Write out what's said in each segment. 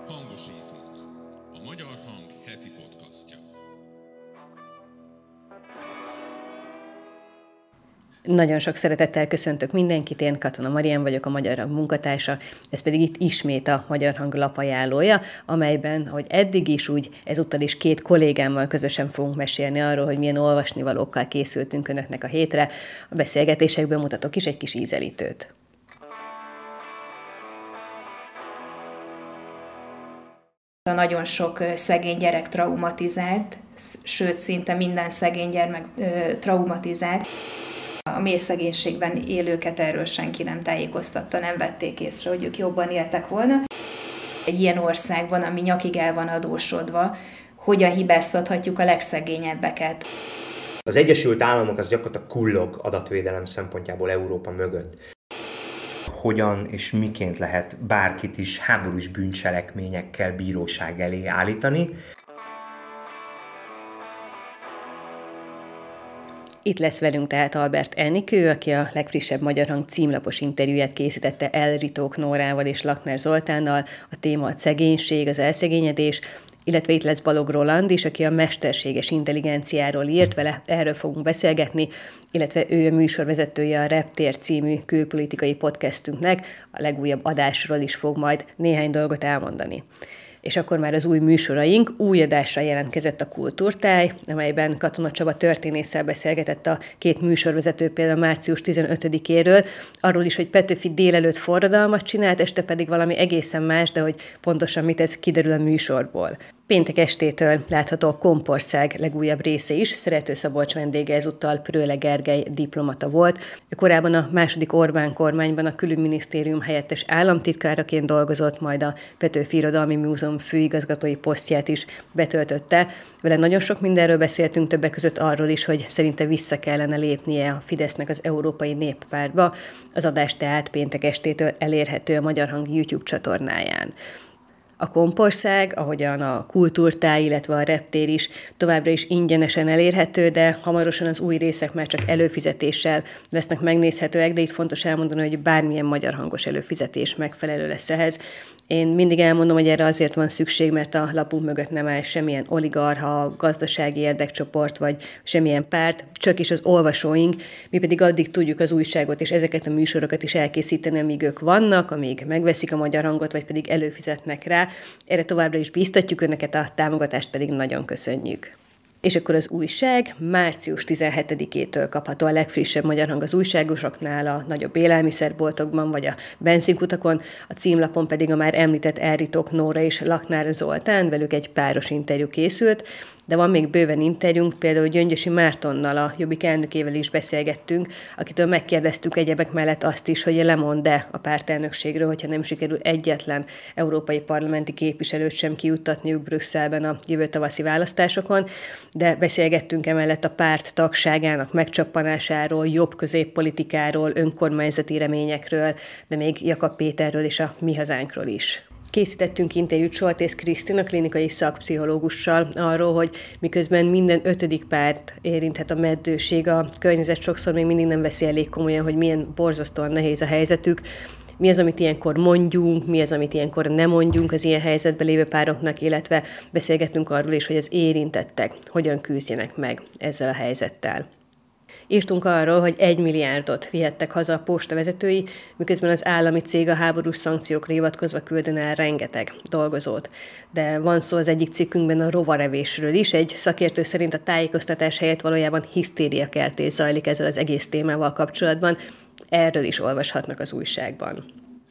Hangosítunk. A Magyar Hang heti podcastja. Nagyon sok szeretettel köszöntök mindenkit, én Katona Marian vagyok, a Magyar Hang munkatársa, ez pedig itt ismét a Magyar Hang lapajánlója, amelyben, ahogy eddig is, úgy ezúttal is két kollégámmal közösen fogunk mesélni arról, hogy milyen olvasnivalókkal készültünk önöknek a hétre. A beszélgetésekből mutatok is egy kis ízelítőt. Nagyon sok szegény gyerek traumatizált, sőt, szinte minden szegény gyermek traumatizált. A mély szegénységben élőket erről senki nem tájékoztatta, nem vették észre, hogy ők jobban éltek volna. Egy ilyen országban, ami nyakig el van adósodva, hogyan hibáztathatjuk a legszegényebbeket? Az Egyesült Államok az gyakorlatilag kullog adatvédelem szempontjából Európa mögött. Hogyan és miként lehet bárkit is háborús bűncselekményekkel bíróság elé állítani? Itt lesz velünk tehát Albert Enikő, aki a legfrissebb Magyar Hang címlapos interjúját készítette Elritók Nórával és Lakner Zoltánnal. A téma a szegénység, az elszegényedés, illetve itt lesz Balogh Roland is, aki a mesterséges intelligenciáról írt, vele erről fogunk beszélgetni, illetve ő a műsorvezetője a Reptér című külpolitikai podcastünknek, a legújabb adásról is fog majd néhány dolgot elmondani. És akkor már az új műsoraink, új adással jelentkezett a Kultúrtáj, amelyben Katona Csaba történésszel beszélgetett a két műsorvezető például március 15-éről, arról is, hogy Petőfi délelőtt forradalmat csinált, este pedig valami egészen más, de hogy pontosan mit ez kiderül a műsorból. Péntek estétől látható a Kompország legújabb része is, Szerető Szabolcs vendége ezúttal Pröle Gergely diplomata volt. Ő korábban a második Orbán kormányban a Külügyminisztérium helyettes államtitkáraként dolgozott, majd a Petőfi Irodalmi Múzeum főigazgatói posztját is betöltötte. Vele nagyon sok mindenről beszéltünk, többek között arról is, hogy szerinte vissza kellene lépnie a Fidesznek az Európai Néppártba. Az adás tehát péntek estétől elérhető a Magyar Hang YouTube csatornáján. A Kompország, ahogyan a Kultúrtáj, illetve a Reptér is továbbra is ingyenesen elérhető, de hamarosan az új részek már csak előfizetéssel lesznek megnézhetőek, de itt fontos elmondani, hogy bármilyen magyar hangos előfizetés megfelelő lesz ehhez. Én mindig elmondom, hogy erre azért van szükség, mert a lapunk mögött nem áll semmilyen oligarcha, gazdasági érdekcsoport, vagy semmilyen párt, csak is az olvasóink, mi pedig addig tudjuk az újságot és ezeket a műsorokat is elkészíteni, amíg ők vannak, amíg megveszik a Magyar Hangot, vagy pedig előfizetnek rá. Erre továbbra is bíztatjuk önöket, a támogatást pedig nagyon köszönjük. És akkor az újság március 17-től kapható a legfrissebb Magyar Hang az újságosoknál, a nagyobb élelmiszerboltokban vagy a benzinkutakon, a címlapon pedig a már említett Elritók Nóra és Lakner Zoltán, velük egy páros interjú készült, de van még bőven interjúnk, például Gyöngyösi Mártonnal, a Jobbik elnökével is beszélgettünk, akitől megkérdeztük egyebek mellett azt is, hogy lemond-e a pártelnökségről, hogyha nem sikerül egyetlen európai parlamenti képviselőt sem kijuttatniuk Brüsszelben a jövő tavaszi választásokon, de beszélgettünk emellett a párt tagságának megcsappanásáról, jobb középpolitikáról, önkormányzati reményekről, de még Jakab Péterről és a Mi Hazánkról is. Készítettünk interjút Soltész Krisztina klinikai szakpszichológussal arról, hogy miközben minden 5. párt érinthet a meddőség, a környezet sokszor még mindig nem veszi elég komolyan, hogy milyen borzasztóan nehéz a helyzetük, mi az, amit ilyenkor mondjunk, mi az, amit ilyenkor nem mondjunk az ilyen helyzetben lévő pároknak, illetve beszélgettünk arról is, hogy az érintettek hogyan küzdjenek meg ezzel a helyzettel. Írtunk arról, hogy 1 milliárdot vihettek haza a postavezetői, miközben az állami cég a háborús szankciókra hivatkozva küldene el rengeteg dolgozót. De van szó az egyik cikkünkben a rovarevésről is. Egy szakértő szerint a tájékoztatás helyett valójában hisztériakeltés zajlik ezzel az egész témával kapcsolatban. Erről is olvashatnak az újságban.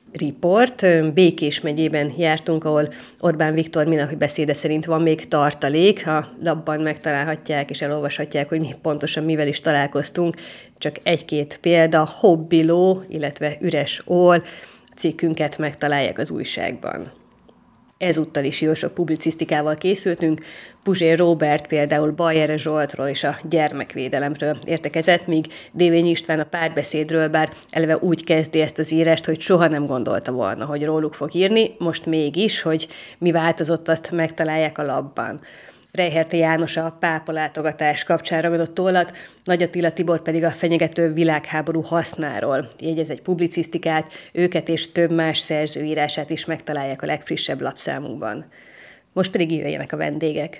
Riport. Békés megyében jártunk, ahol Orbán Viktor mindennapi beszéde szerint van még tartalék. A lapban megtalálhatják és elolvashatják, hogy mi pontosan mivel is találkoztunk. Csak egy-két példa, hobbiló, illetve üres ól. A cikkünket megtalálják az újságban. Ezúttal is jó sok publicisztikával készültünk. Puzsér Róbert például Bajere Zsoltról és a gyermekvédelemről értekezett, míg Dévényi István a Párbeszédről, bár eleve úgy kezdi ezt az írást, hogy soha nem gondolta volna, hogy róluk fog írni, most mégis, hogy mi változott, azt megtalálják a lapban. Reicherte János a pápa látogatás kapcsán ragadott tollat, Nagy Attila Tibor pedig a fenyegető világháború hasznáról jegyez egy publicisztikát, őket és több más szerző írását is megtalálják a legfrissebb lapszámunkban. Most pedig jöjjenek a vendégek.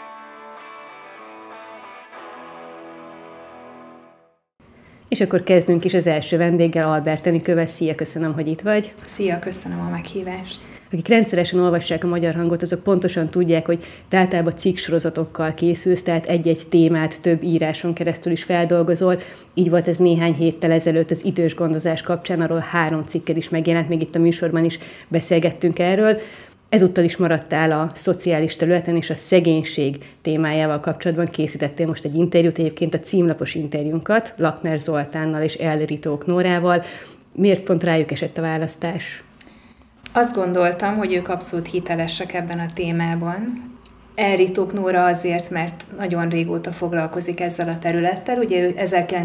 És akkor kezdünk is az első vendéggel, Albert Enikővel. Szia, köszönöm, hogy itt vagy. Szia, köszönöm a meghívást. Akik rendszeresen olvassák a Magyar Hangot, azok pontosan tudják, hogy te általában cikksorozatokkal készülsz, tehát egy-egy témát több íráson keresztül is feldolgozol. Így volt ez néhány héttel ezelőtt az idős gondozás kapcsán, arról 3 cikkel is megjelent, még itt a műsorban is beszélgettünk erről. Ezúttal is maradtál a szociális területen, és a szegénység témájával kapcsolatban készítettél most egy interjút, egyébként a címlapos interjúnkat Lakner Zoltánnal és Elritók Nórával. Miért pont rájuk esett a választás? Azt gondoltam, hogy ők abszolút hitelesek ebben a témában. Elritók Nóra azért, mert nagyon régóta foglalkozik ezzel a területtel. Ugye ő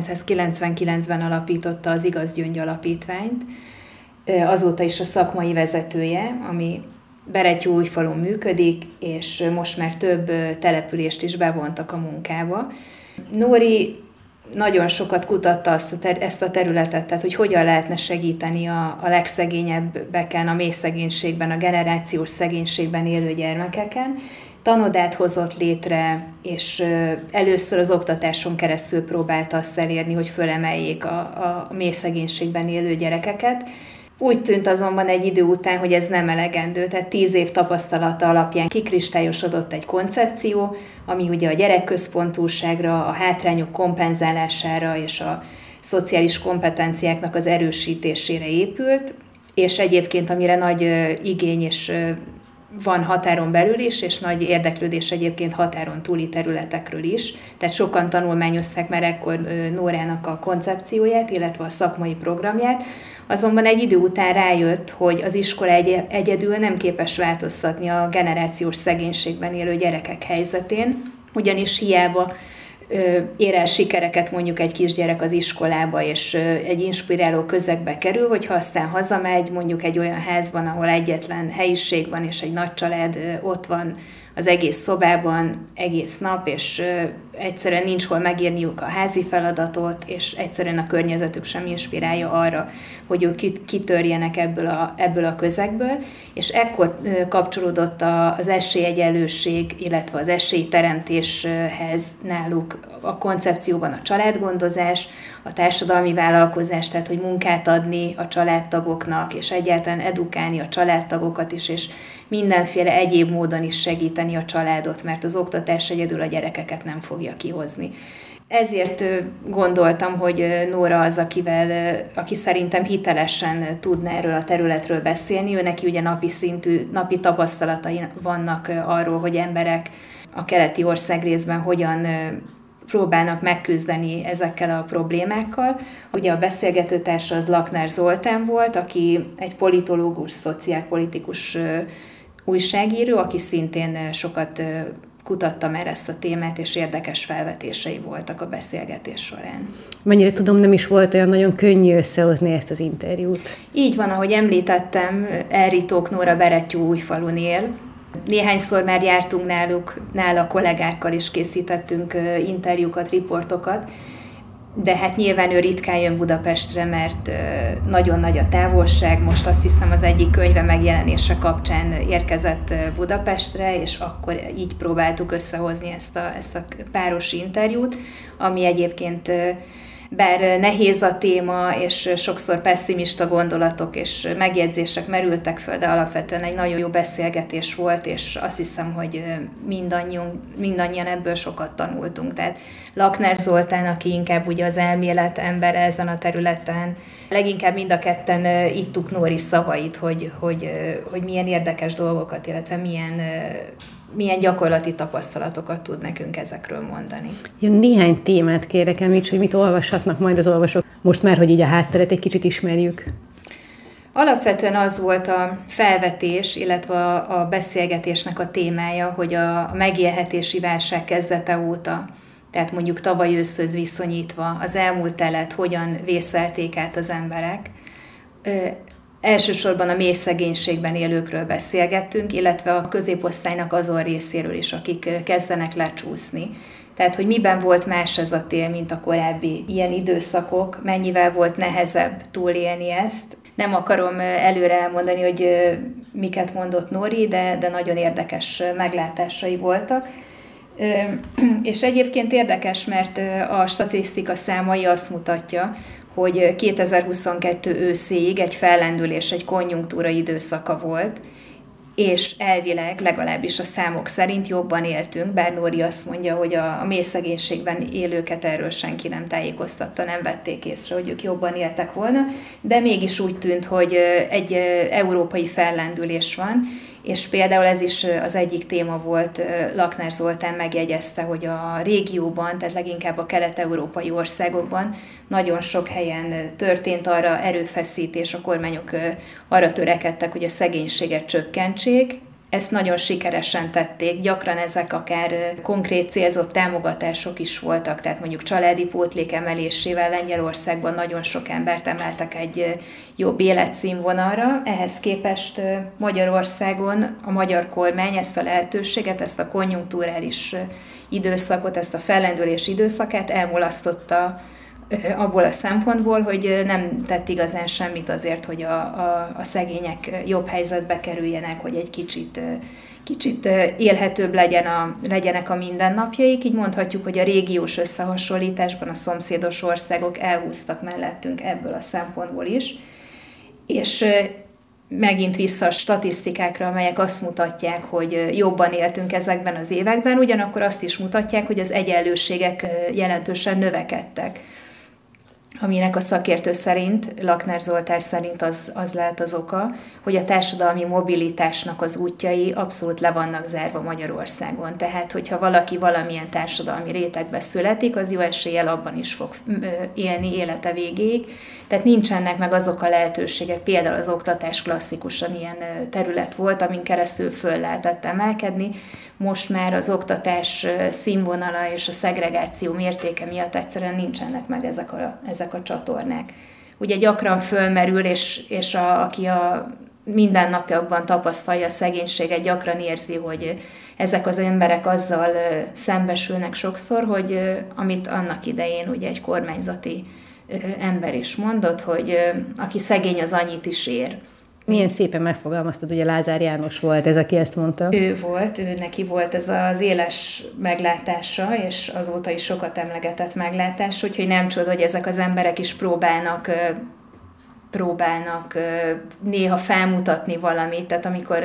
1999-ben alapította az Igaz Gyöngy Alapítványt, azóta is a szakmai vezetője, ami Berettyóújfalun működik, és most már több települést is bevontak a munkába. Nóri nagyon sokat kutatta ezt a területet, tehát hogy hogyan lehetne segíteni a legszegényebbeken, a mély szegénységben, a generációs szegénységben élő gyermekeken. Tanodát hozott létre, és először az oktatáson keresztül próbálta azt elérni, hogy fölemeljék a mély szegénységben élő gyerekeket. Úgy tűnt azonban egy idő után, hogy ez nem elegendő, tehát 10 év tapasztalata alapján kikristályosodott egy koncepció, ami ugye a gyerekközpontúságra, a hátrányok kompenzálására és a szociális kompetenciáknak az erősítésére épült, és egyébként amire nagy igény is van határon belül is, és nagy érdeklődés egyébként határon túli területekről is. Tehát sokan tanulmányozták már ekkor Nórának a koncepcióját, illetve a szakmai programját. Azonban egy idő után rájött, hogy az iskola egyedül nem képes változtatni a generációs szegénységben élő gyerekek helyzetén, ugyanis hiába ér el sikereket mondjuk egy kisgyerek az iskolába, és egy inspiráló közegbe kerül, hogyha aztán hazamegy mondjuk egy olyan házban, ahol egyetlen helyiség van, és egy nagy család ott van az egész szobában, egész nap, és egyszerűen nincs hol megírniuk a házi feladatot, és egyszerűen a környezetük sem inspirálja arra, hogy ők kitörjenek ebből a közegből, és ekkor kapcsolódott az esélyegyenlőség, illetve az esélyteremtéshez náluk a koncepcióban a családgondozás, a társadalmi vállalkozás, tehát hogy munkát adni a családtagoknak, és egyáltalán edukálni a családtagokat is, és mindenféle egyéb módon is segíteni a családot, mert az oktatás egyedül a gyerekeket nem fogja kihozni. Ezért gondoltam, hogy Nóra az, aki szerintem hitelesen tudna erről a területről beszélni. Ő neki ugye napi tapasztalatai vannak arról, hogy emberek a keleti országrészben hogyan próbálnak megküzdeni ezekkel a problémákkal. Ugye a beszélgetőtársa az Lakner Zoltán volt, aki egy politológus, szociálpolitikus újságíró, aki szintén sokat kutatta már ezt a témát, és érdekes felvetései voltak a beszélgetés során. Mennyire tudom, nem is volt olyan nagyon könnyű összehozni ezt az interjút. Így van, ahogy említettem, Elritók Nóra Berettyóújfalun él. Néhányszor már jártunk nála kollégákkal is készítettünk interjúkat, riportokat, de hát nyilván ő ritkán jön Budapestre, mert nagyon nagy a távolság. Most azt hiszem az egyik könyve megjelenése kapcsán érkezett Budapestre, és akkor így próbáltuk összehozni ezt a páros interjút, ami egyébként bár nehéz a téma, és sokszor pesszimista gondolatok és megjegyzések merültek föl, de alapvetően egy nagyon jó beszélgetés volt, és azt hiszem, hogy mindannyian ebből sokat tanultunk. Tehát Lakner Zoltán, aki inkább ugye az elmélet embere ezen a területen, leginkább mind a ketten ittuk Nóri szavait, hogy milyen érdekes dolgokat, illetve milyen gyakorlati tapasztalatokat tud nekünk ezekről mondani. Néhány témát kérek, említs, hogy mit olvashatnak majd az olvasók, most már, hogy így a hátteret egy kicsit ismerjük. Alapvetően az volt a felvetés, illetve a beszélgetésnek a témája, hogy a megélhetési válság kezdete óta, tehát mondjuk tavaly őszhöz viszonyítva, az elmúlt telet hogyan vészelték át az emberek. Elsősorban a mély szegénységben élőkről beszélgettünk, illetve a középosztálynak azon részéről is, akik kezdenek lecsúszni. Tehát, hogy miben volt más ez a tél, mint a korábbi ilyen időszakok, mennyivel volt nehezebb túlélni ezt. Nem akarom előre elmondani, hogy miket mondott Nóri, de nagyon érdekes meglátásai voltak. És egyébként érdekes, mert a statisztika számai azt mutatja, hogy 2022 őszéig egy fellendülés, egy konjunktúra időszaka volt, és elvileg, legalábbis a számok szerint jobban éltünk, bár Nóri azt mondja, hogy a mély szegénységben élőket erről senki nem tájékoztatta, nem vették észre, hogy ők jobban éltek volna, de mégis úgy tűnt, hogy egy európai fellendülés van, és például ez is az egyik téma volt, Lakner Zoltán megjegyezte, hogy a régióban, tehát leginkább a kelet-európai országokban nagyon sok helyen történt arra erőfeszítés, a kormányok arra törekedtek, hogy a szegénységet csökkentsék. Ezt nagyon sikeresen tették, gyakran ezek akár konkrét célzott támogatások is voltak, tehát mondjuk családi pótlék emelésével Lengyelországban nagyon sok embert emeltek egy jobb életszínvonalra. Ehhez képest Magyarországon a magyar kormány ezt a lehetőséget, ezt a konjunkturális időszakot, ezt a fellendülés időszakát elmulasztotta abból a szempontból, hogy nem tett igazán semmit azért, hogy a szegények jobb helyzetbe kerüljenek, hogy egy kicsit élhetőbb legyenek a mindennapjaik. Így mondhatjuk, hogy a régiós összehasonlításban a szomszédos országok elhúztak mellettünk ebből a szempontból is. És megint vissza a statisztikákra, amelyek azt mutatják, hogy jobban éltünk ezekben az években, ugyanakkor azt is mutatják, hogy az egyenlőségek jelentősen növekedtek, aminek a szakértő szerint, Lakner Zoltán szerint az lehet az oka, hogy a társadalmi mobilitásnak az útjai abszolút le vannak zárva Magyarországon. Tehát, hogyha valaki valamilyen társadalmi rétegbe születik, az jó eséllyel abban is fog élni élete végéig. Tehát nincsenek meg azok a lehetőségek, például az oktatás klasszikusan ilyen terület volt, amin keresztül föl lehetett emelkedni. Most már az oktatás színvonala és a szegregáció mértéke miatt egyszerűen nincsenek meg ezek a csatornák. Ugye gyakran fölmerül, és aki a mindennapjakban tapasztalja a szegénységet, gyakran érzi, hogy ezek az emberek azzal szembesülnek sokszor, hogy amit annak idején ugye egy kormányzati ember is mondott, hogy aki szegény, az annyit is ér. Milyen szépen megfogalmaztad, ugye Lázár János volt ez, aki ezt mondta. Neki volt ez az éles meglátása, és azóta is sokat emlegetett meglátás, úgyhogy nem csoda, hogy ezek az emberek is próbálnak néha felmutatni valamit, tehát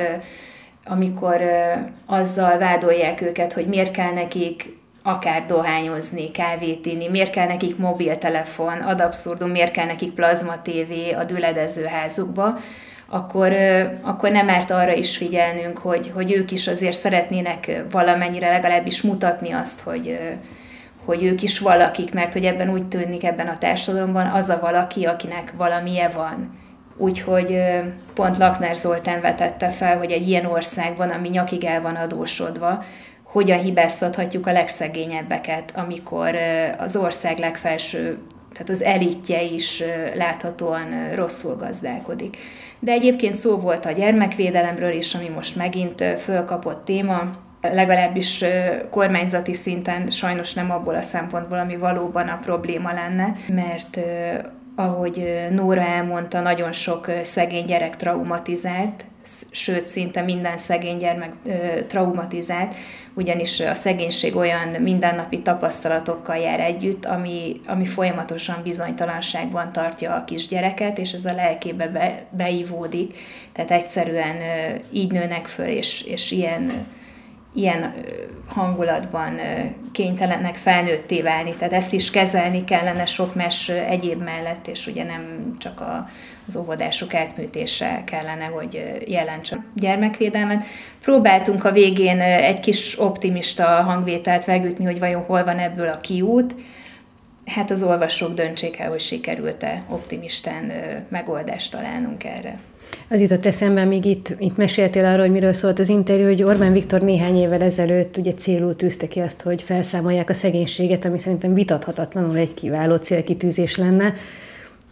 amikor azzal vádolják őket, hogy miért kell nekik akár dohányozni, kávét inni, miért kell nekik mobiltelefon, ad abszurdum, miért kell nekik plazma tévé a düledező házukba, akkor nem árt arra is figyelnünk, hogy ők is azért szeretnének valamennyire legalábbis mutatni azt, hogy ők is valakik, mert hogy ebben úgy tűnik ebben a társadalomban az a valaki, akinek valamije van. Úgyhogy pont Lakner Zoltán vetette fel, hogy egy ilyen országban, ami nyakig el van adósodva, hogyan hibáztathatjuk a legszegényebbeket, amikor az ország legfelső, tehát az elitje is láthatóan rosszul gazdálkodik. De egyébként szó volt a gyermekvédelemről is, ami most megint fölkapott téma, legalábbis kormányzati szinten sajnos nem abból a szempontból, ami valóban a probléma lenne, mert ahogy Nóra elmondta, nagyon sok szegény gyerek traumatizált, sőt, szinte minden szegény gyermek traumatizált, ugyanis a szegénység olyan mindennapi tapasztalatokkal jár együtt, ami folyamatosan bizonytalanságban tartja a kisgyereket, és ez a lelkébe beivódik, tehát egyszerűen így nőnek föl, és ilyen hangulatban kénytelenek felnőtté válni. Tehát ezt is kezelni kellene sok más egyéb mellett, és ugye nem csak az óvodások átműtése kellene, hogy jelentse gyermekvédelmet. Próbáltunk a végén egy kis optimista hangvételt megütni, hogy vajon hol van ebből a kiút. Hát az olvasók döntsék el, hogy sikerült-e optimistán megoldást találnunk erre. Az jutott eszembe, míg itt meséltél arról, hogy miről szólt az interjú, hogy Orbán Viktor néhány évvel ezelőtt ugye célul tűzte ki azt, hogy felszámolják a szegénységet, ami szerintem vitathatatlanul egy kiváló célkitűzés lenne.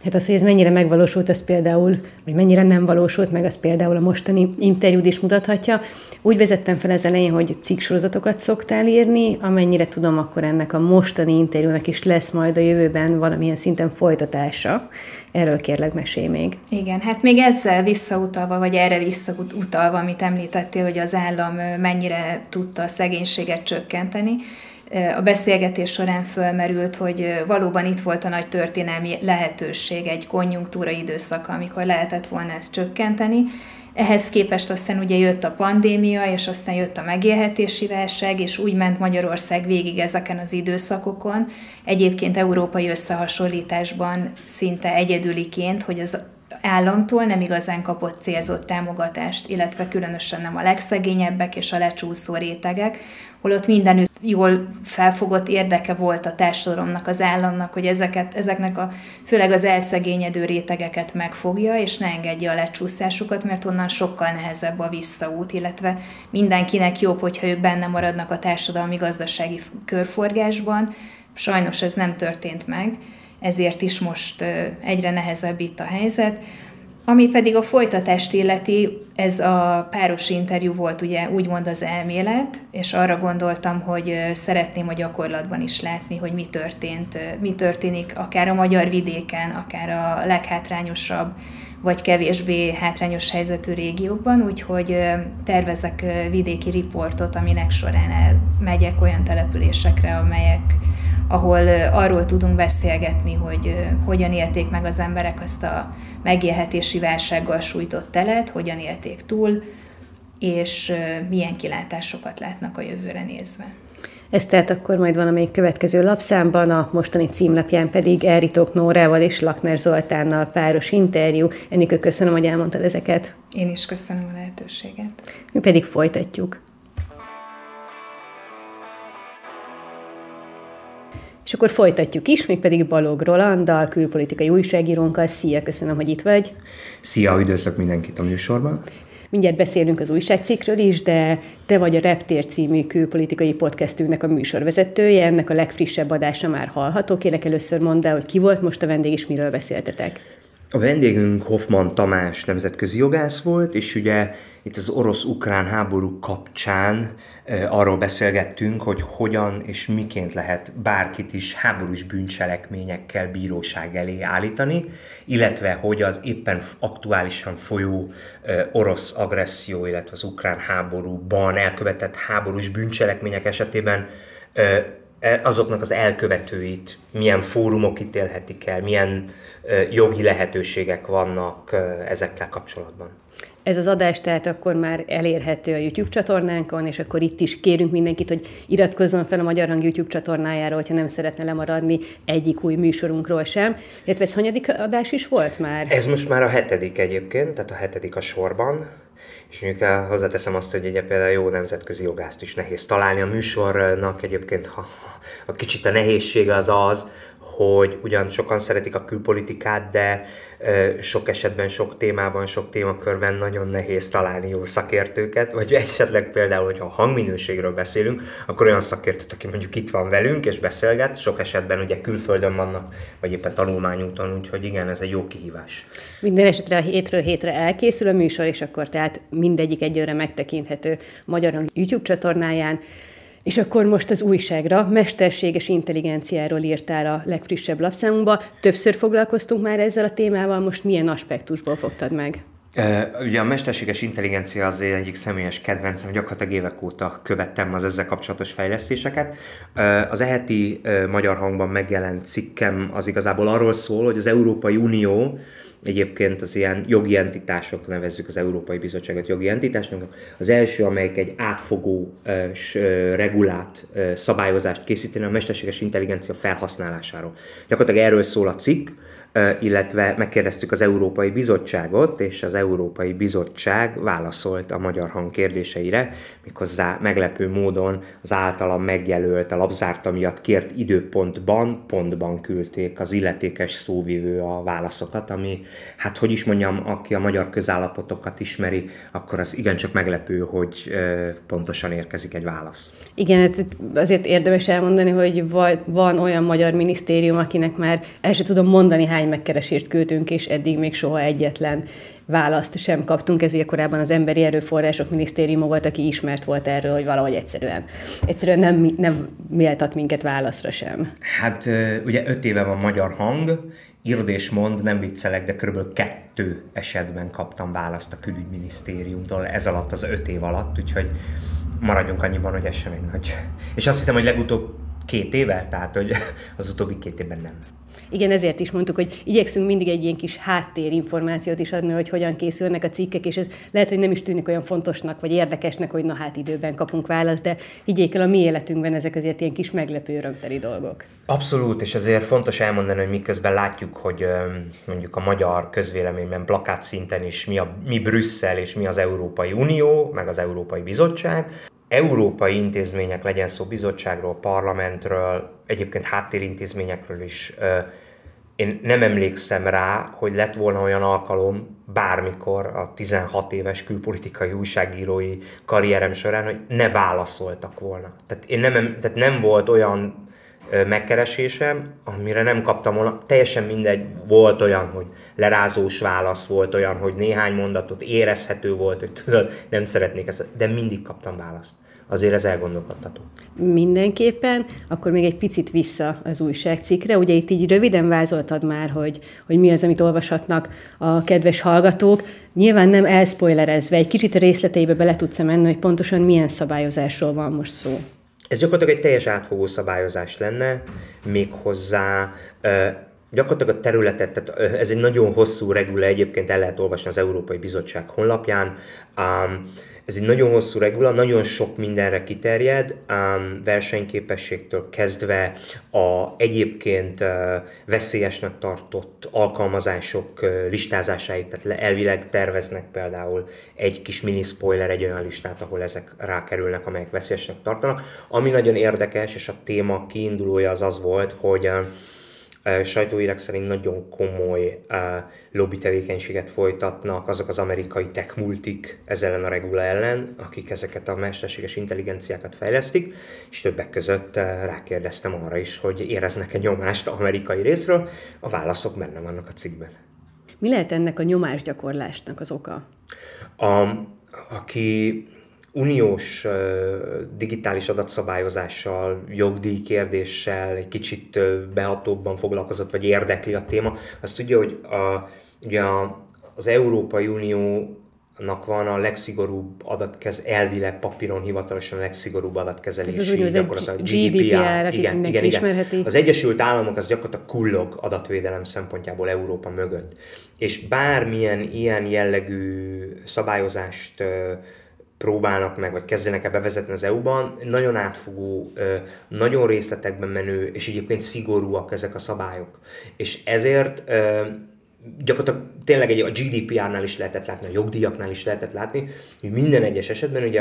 Hát az, hogy ez mennyire megvalósult, az például, vagy mennyire nem valósult meg, az például a mostani interjúd is mutathatja. Úgy vezettem fel az elején, hogy cikksorozatokat szoktál írni, amennyire tudom, akkor ennek a mostani interjúnak is lesz majd a jövőben valamilyen szinten folytatása. Erről kérlek, mesélj még. Igen, hát még ezzel visszautalva, vagy erre visszautalva, amit említettél, hogy az állam mennyire tudta a szegénységet csökkenteni, a beszélgetés során fölmerült, hogy valóban itt volt a nagy történelmi lehetőség, egy konjunktúra időszaka, amikor lehetett volna ezt csökkenteni. Ehhez képest aztán ugye jött a pandémia, és aztán jött a megélhetési válság, és úgy ment Magyarország végig ezeken az időszakokon, egyébként európai összehasonlításban szinte egyedüliként, hogy az államtól nem igazán kapott célzott támogatást, illetve különösen nem a legszegényebbek és a lecsúszó rétegek, holott mindenütt jól felfogott érdeke volt a társadalomnak, az államnak, hogy ezeknek főleg az elszegényedő rétegeket megfogja, és ne engedje a lecsúszásukat, mert onnan sokkal nehezebb a visszaút, illetve mindenkinek jobb, hogyha ők benne maradnak a társadalmi-gazdasági körforgásban. Sajnos ez nem történt meg, ezért is most egyre nehezebb itt a helyzet. Ami pedig a folytatást illeti, ez a páros interjú volt ugye úgymond az elmélet, és arra gondoltam, hogy szeretném a gyakorlatban is látni, hogy mi történik akár a magyar vidéken, akár a leghátrányosabb vagy kevésbé hátrányos helyzetű régiókban, úgyhogy tervezek vidéki riportot, aminek során elmegyek olyan településekre, ahol arról tudunk beszélgetni, hogy hogyan élték meg az emberek azt a megélhetési válsággal sújtott telet, hogyan élték túl, és milyen kilátásokat látnak a jövőre nézve. Ez tehát akkor majd valamelyik következő lapszámban, a mostani címlapján pedig Elritók Nórával és Lakner Zoltánnal páros interjú. Enikő, köszönöm, hogy elmondtad ezeket. Én is köszönöm a lehetőséget. Mi pedig folytatjuk. És akkor folytatjuk is, mégpedig Balogh Rolanddal, külpolitikai újságírónkkal. Szia, köszönöm, hogy itt vagy. Szia, üdvözlök mindenkit a műsorban. Mindjárt beszélünk az újságcikkről is, de te vagy a Reptér című külpolitikai podcastünknek a műsorvezetője, ennek a legfrissebb adása már hallható. Kérlek, először mondd el, hogy ki volt most a vendég, és miről beszéltetek. A vendégünk Hoffmann Tamás nemzetközi jogász volt, és ugye itt az orosz-ukrán háború kapcsán arról beszélgettünk, hogy hogyan és miként lehet bárkit is háborús bűncselekményekkel bíróság elé állítani, illetve hogy az éppen aktuálisan folyó orosz agresszió, illetve az ukrán háborúban elkövetett háborús bűncselekmények esetében azoknak az elkövetőit milyen fórumok ítélhetik el, milyen jogi lehetőségek vannak ezekkel kapcsolatban. Ez az adás tehát akkor már elérhető a YouTube csatornánkon, és akkor itt is kérünk mindenkit, hogy iratkozzon fel a Magyar Hang YouTube csatornájára, hogyha nem szeretne lemaradni egyik új műsorunkról sem. Illetve ez hanyadik adás is volt már? Ez most már a 7. egyébként, tehát a 7. a sorban. És mondjuk hozzáteszem azt, hogy ugye például jó nemzetközi jogászt is nehéz találni. A műsornak egyébként a kicsit a nehézsége az, hogy ugyan sokan szeretik a külpolitikát, de sok esetben, sok témában, sok témakörben nagyon nehéz találni jó szakértőket, vagy esetleg például, hogyha a hangminőségről beszélünk, akkor olyan szakértőt, aki mondjuk itt van velünk és beszélget, sok esetben ugye külföldön vannak, vagy éppen tanulmányúton, úgyhogy igen, ez egy jó kihívás. Minden esetre a hétről hétre elkészül a műsor, és akkor tehát mindegyik egyőre megtekinthető Magyar Hang YouTube csatornáján. És akkor most az újságra, mesterséges intelligenciáról írtál a legfrissebb lapszámunkba. Többször foglalkoztunk már ezzel a témával, most milyen aspektusból fogtad meg? Ugye a mesterséges intelligencia az egyik személyes kedvencem, gyakorlatilag évek óta követtem az ezzel kapcsolatos fejlesztéseket. Az heti Magyar Hangban megjelent cikkem az igazából arról szól, hogy az Európai Unió, egyébként az ilyen jogi entitások, nevezzük az Európai Bizottságot jogi entitásnak, az első, amelyik egy átfogó regulát, szabályozást készíteni a mesterséges intelligencia felhasználásáról. Gyakorlatilag erről szól a cikk, illetve megkérdeztük az Európai Bizottságot, és az Európai Bizottság válaszolt a Magyar Hang kérdéseire, méghozzá meglepő módon az általam megjelölt, a lapzárta miatt kért pontban küldték az illetékes szóvivő a válaszokat, ami, hát hogy is mondjam, aki a magyar közállapotokat ismeri, akkor az igencsak meglepő, hogy pontosan érkezik egy válasz. Igen, azért érdemes elmondani, hogy van olyan magyar minisztérium, akinek már el sem tudom mondani, hány hány megkeresést küldtünk, és eddig még soha egyetlen választ sem kaptunk. Ez ugye korábban az Emberi Erőforrások Minisztériuma volt, aki ismert volt erről, hogy valahogy egyszerűen nem méltat minket válaszra sem. Hát ugye 5 éve van Magyar Hang, írd és mond, nem viccelek, de kb. 2 esetben kaptam választ a külügyminisztériumtól ez alatt az 5 év alatt, úgyhogy maradjunk annyiban, hogy ez sem egy nagy. És azt hiszem, hogy legutóbb 2 éve, tehát hogy az utóbbi 2 évben nem. Igen, ezért is mondtuk, hogy igyekszünk mindig egy ilyen kis háttérinformációt is adni, hogy hogyan készülnek a cikkek, és ez lehet, hogy nem is tűnik olyan fontosnak, vagy érdekesnek, hogy na hát időben kapunk választ, de higgyék el, a mi életünkben ezek azért ilyen kis meglepő, örömteli dolgok. Abszolút, és ezért fontos elmondani, hogy miközben látjuk, hogy mondjuk a magyar közvéleményben plakát szinten is mi Brüsszel és mi az Európai Unió, meg az Európai Bizottság. Európai intézmények, legyen szó bizottságról, parlamentről, egyébként háttérintézményekről is. Én nem emlékszem rá, hogy lett volna olyan alkalom bármikor a 16 éves külpolitikai újságírói karrierem során, hogy ne válaszoltak volna. Tehát nem volt olyan megkeresésem, amire nem kaptam volna. Teljesen mindegy, volt olyan, hogy lerázós válasz, volt olyan, hogy néhány mondatot érezhető volt, hogy tudod, nem szeretnék ezt, de mindig kaptam választ. Azért ez elgondolkodtató. Mindenképpen, akkor még egy picit vissza az újságcikkre. Ugye itt így röviden vázoltad már, hogy mi az, amit olvashatnak a kedves hallgatók. Nyilván nem elspoilerezve, egy kicsit a részleteibe bele tudsz menni, hogy pontosan milyen szabályozásról van most szó. Ez gyakorlatilag egy teljes átfogó szabályozás lenne, méghozzá gyakorlatilag a területet, tehát ez egy nagyon hosszú regula, egyébként el lehet olvasni az Európai Bizottság honlapján. Ez egy nagyon hosszú regula, nagyon sok mindenre kiterjed, versenyképességtől kezdve egyébként veszélyesnek tartott alkalmazások listázásáig, tehát elvileg terveznek például egy kis mini spoiler, egy olyan listát, ahol ezek rákerülnek, amelyek veszélyesnek tartanak. Ami nagyon érdekes, és a téma kiindulója az volt, hogy sajtóírek szerint nagyon komoly lobby tevékenységet folytatnak azok az amerikai tech multik ezzel ellen a regula ellen, akik ezeket a mesterséges intelligenciákat fejlesztik, és többek között rákérdeztem arra is, hogy éreznek-e nyomást amerikai részről. A válaszok benne vannak a cikkben. Mi lehet ennek a nyomásgyakorlásnak az oka? Aki uniós digitális adatszabályozással, jogdíjkérdéssel egy kicsit behatóbban foglalkozott, vagy érdekli a téma, azt tudja, hogy ugye az Európai Uniónak van a legszigorúbb elvileg papíron hivatalosan a legszigorúbb adatkezelési. Ez az úgynevezett GDPR, akit mindenki ismerheti. Az Egyesült Államok az gyakorlatilag kullog adatvédelem szempontjából Európa mögött. És bármilyen ilyen jellegű szabályozást próbálnak meg, vagy kezdenek el bevezetni az EU-ban, nagyon átfogó, nagyon részletekben menő, és egyébként szigorúak ezek a szabályok. És ezért gyakorlatilag tényleg a GDPR-nál is lehetett látni, a jogdíjaknál is lehetett látni, hogy minden egyes esetben ugye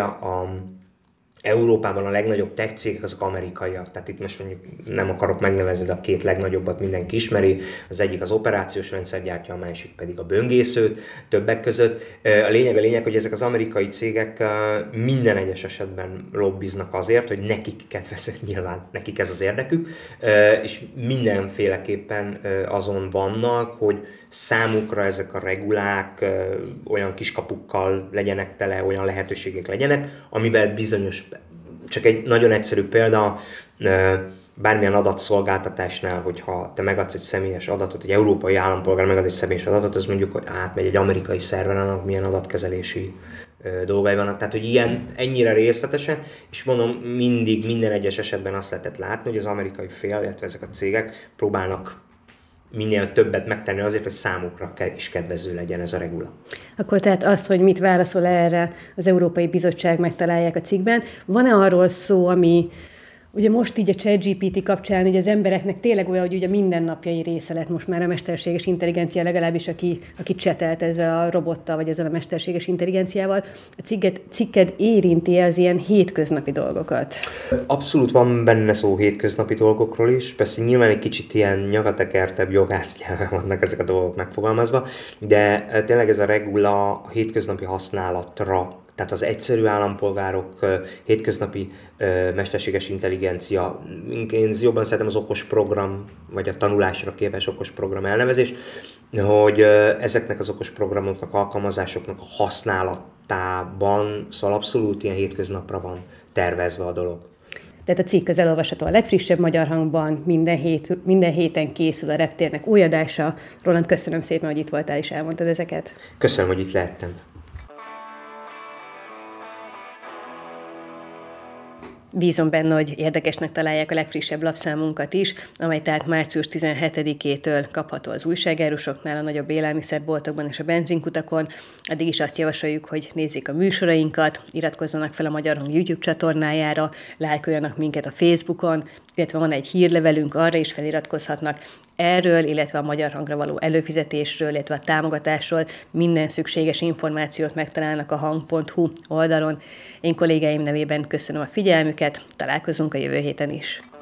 Európában a legnagyobb tech cégek azok amerikaiak, tehát itt most mondjuk nem akarok megnevezni, de a 2 legnagyobbat mindenki ismeri, az egyik az operációs rendszer gyártja, a másik pedig a böngészőt többek között. A lényeg, hogy ezek az amerikai cégek minden egyes esetben lobbiznak azért, hogy nekik kedvező, nyilván nekik ez az érdekük, és mindenféleképpen azon vannak, hogy számukra ezek a regulák olyan kiskapukkal legyenek tele, olyan lehetőségek legyenek, amivel bizonyos, csak egy nagyon egyszerű példa, bármilyen adatszolgáltatásnál, hogyha te megadsz egy személyes adatot, egy európai állampolgár megad egy személyes adatot, az mondjuk, hogy átmegy egy amerikai szerveren, annak milyen adatkezelési dolgai vannak. Tehát, hogy ennyire részletesen, és mondom, minden egyes esetben azt lehetett látni, hogy az amerikai fél, illetve ezek a cégek próbálnak minél többet megtenni azért, hogy számukra is kedvező legyen ez a regula. Akkor tehát azt, hogy mit válaszol erre az Európai Bizottság, megtalálják a cikkben. Van-e arról szó, ami ugye most így a ChatGPT kapcsán ugye az embereknek tényleg olyan, hogy ugye mindennapjai része lett most már a mesterséges intelligencia, legalábbis aki csetelt ezzel a robottal, vagy ezzel a mesterséges intelligenciával. A cikked érinti az ilyen hétköznapi dolgokat? Abszolút van benne szó hétköznapi dolgokról is. Persze nyilván egy kicsit ilyen nyagatekertebb jogásznyelven vannak ezek a dolgok megfogalmazva, de tényleg ez a regula a hétköznapi használatra Tehát az egyszerű állampolgárok, hétköznapi mesterséges intelligencia, én jobban szeretem az okos program, vagy a tanulásra képes okos program elnevezés, hogy ezeknek az okos programoknak, alkalmazásoknak a használatában, szóval abszolút ilyen hétköznapra van tervezve a dolog. Tehát a cikk az elolvasható a legfrissebb Magyar Hangban, minden héten készül a Reptérnek új adása. Roland, köszönöm szépen, hogy itt voltál és elmondtad ezeket. Köszönöm, hogy itt lehettem. Bízom benne, hogy érdekesnek találják a legfrissebb lapszámunkat is, amely tehát március 17-től kapható az újságárusoknál, a nagyobb élelmiszerboltokban és a benzinkutakon. Addig is azt javasoljuk, hogy nézzék a műsorainkat, iratkozzanak fel a Magyar Hang YouTube csatornájára, lájkoljanak minket a Facebookon, illetve van egy hírlevelünk, arra is feliratkozhatnak. Erről, illetve a Magyar Hangra való előfizetésről, illetve a támogatásról minden szükséges információt megtalálnak a hang.hu oldalon. Én kollégáim nevében köszönöm a figyelmüket, találkozunk a jövő héten is.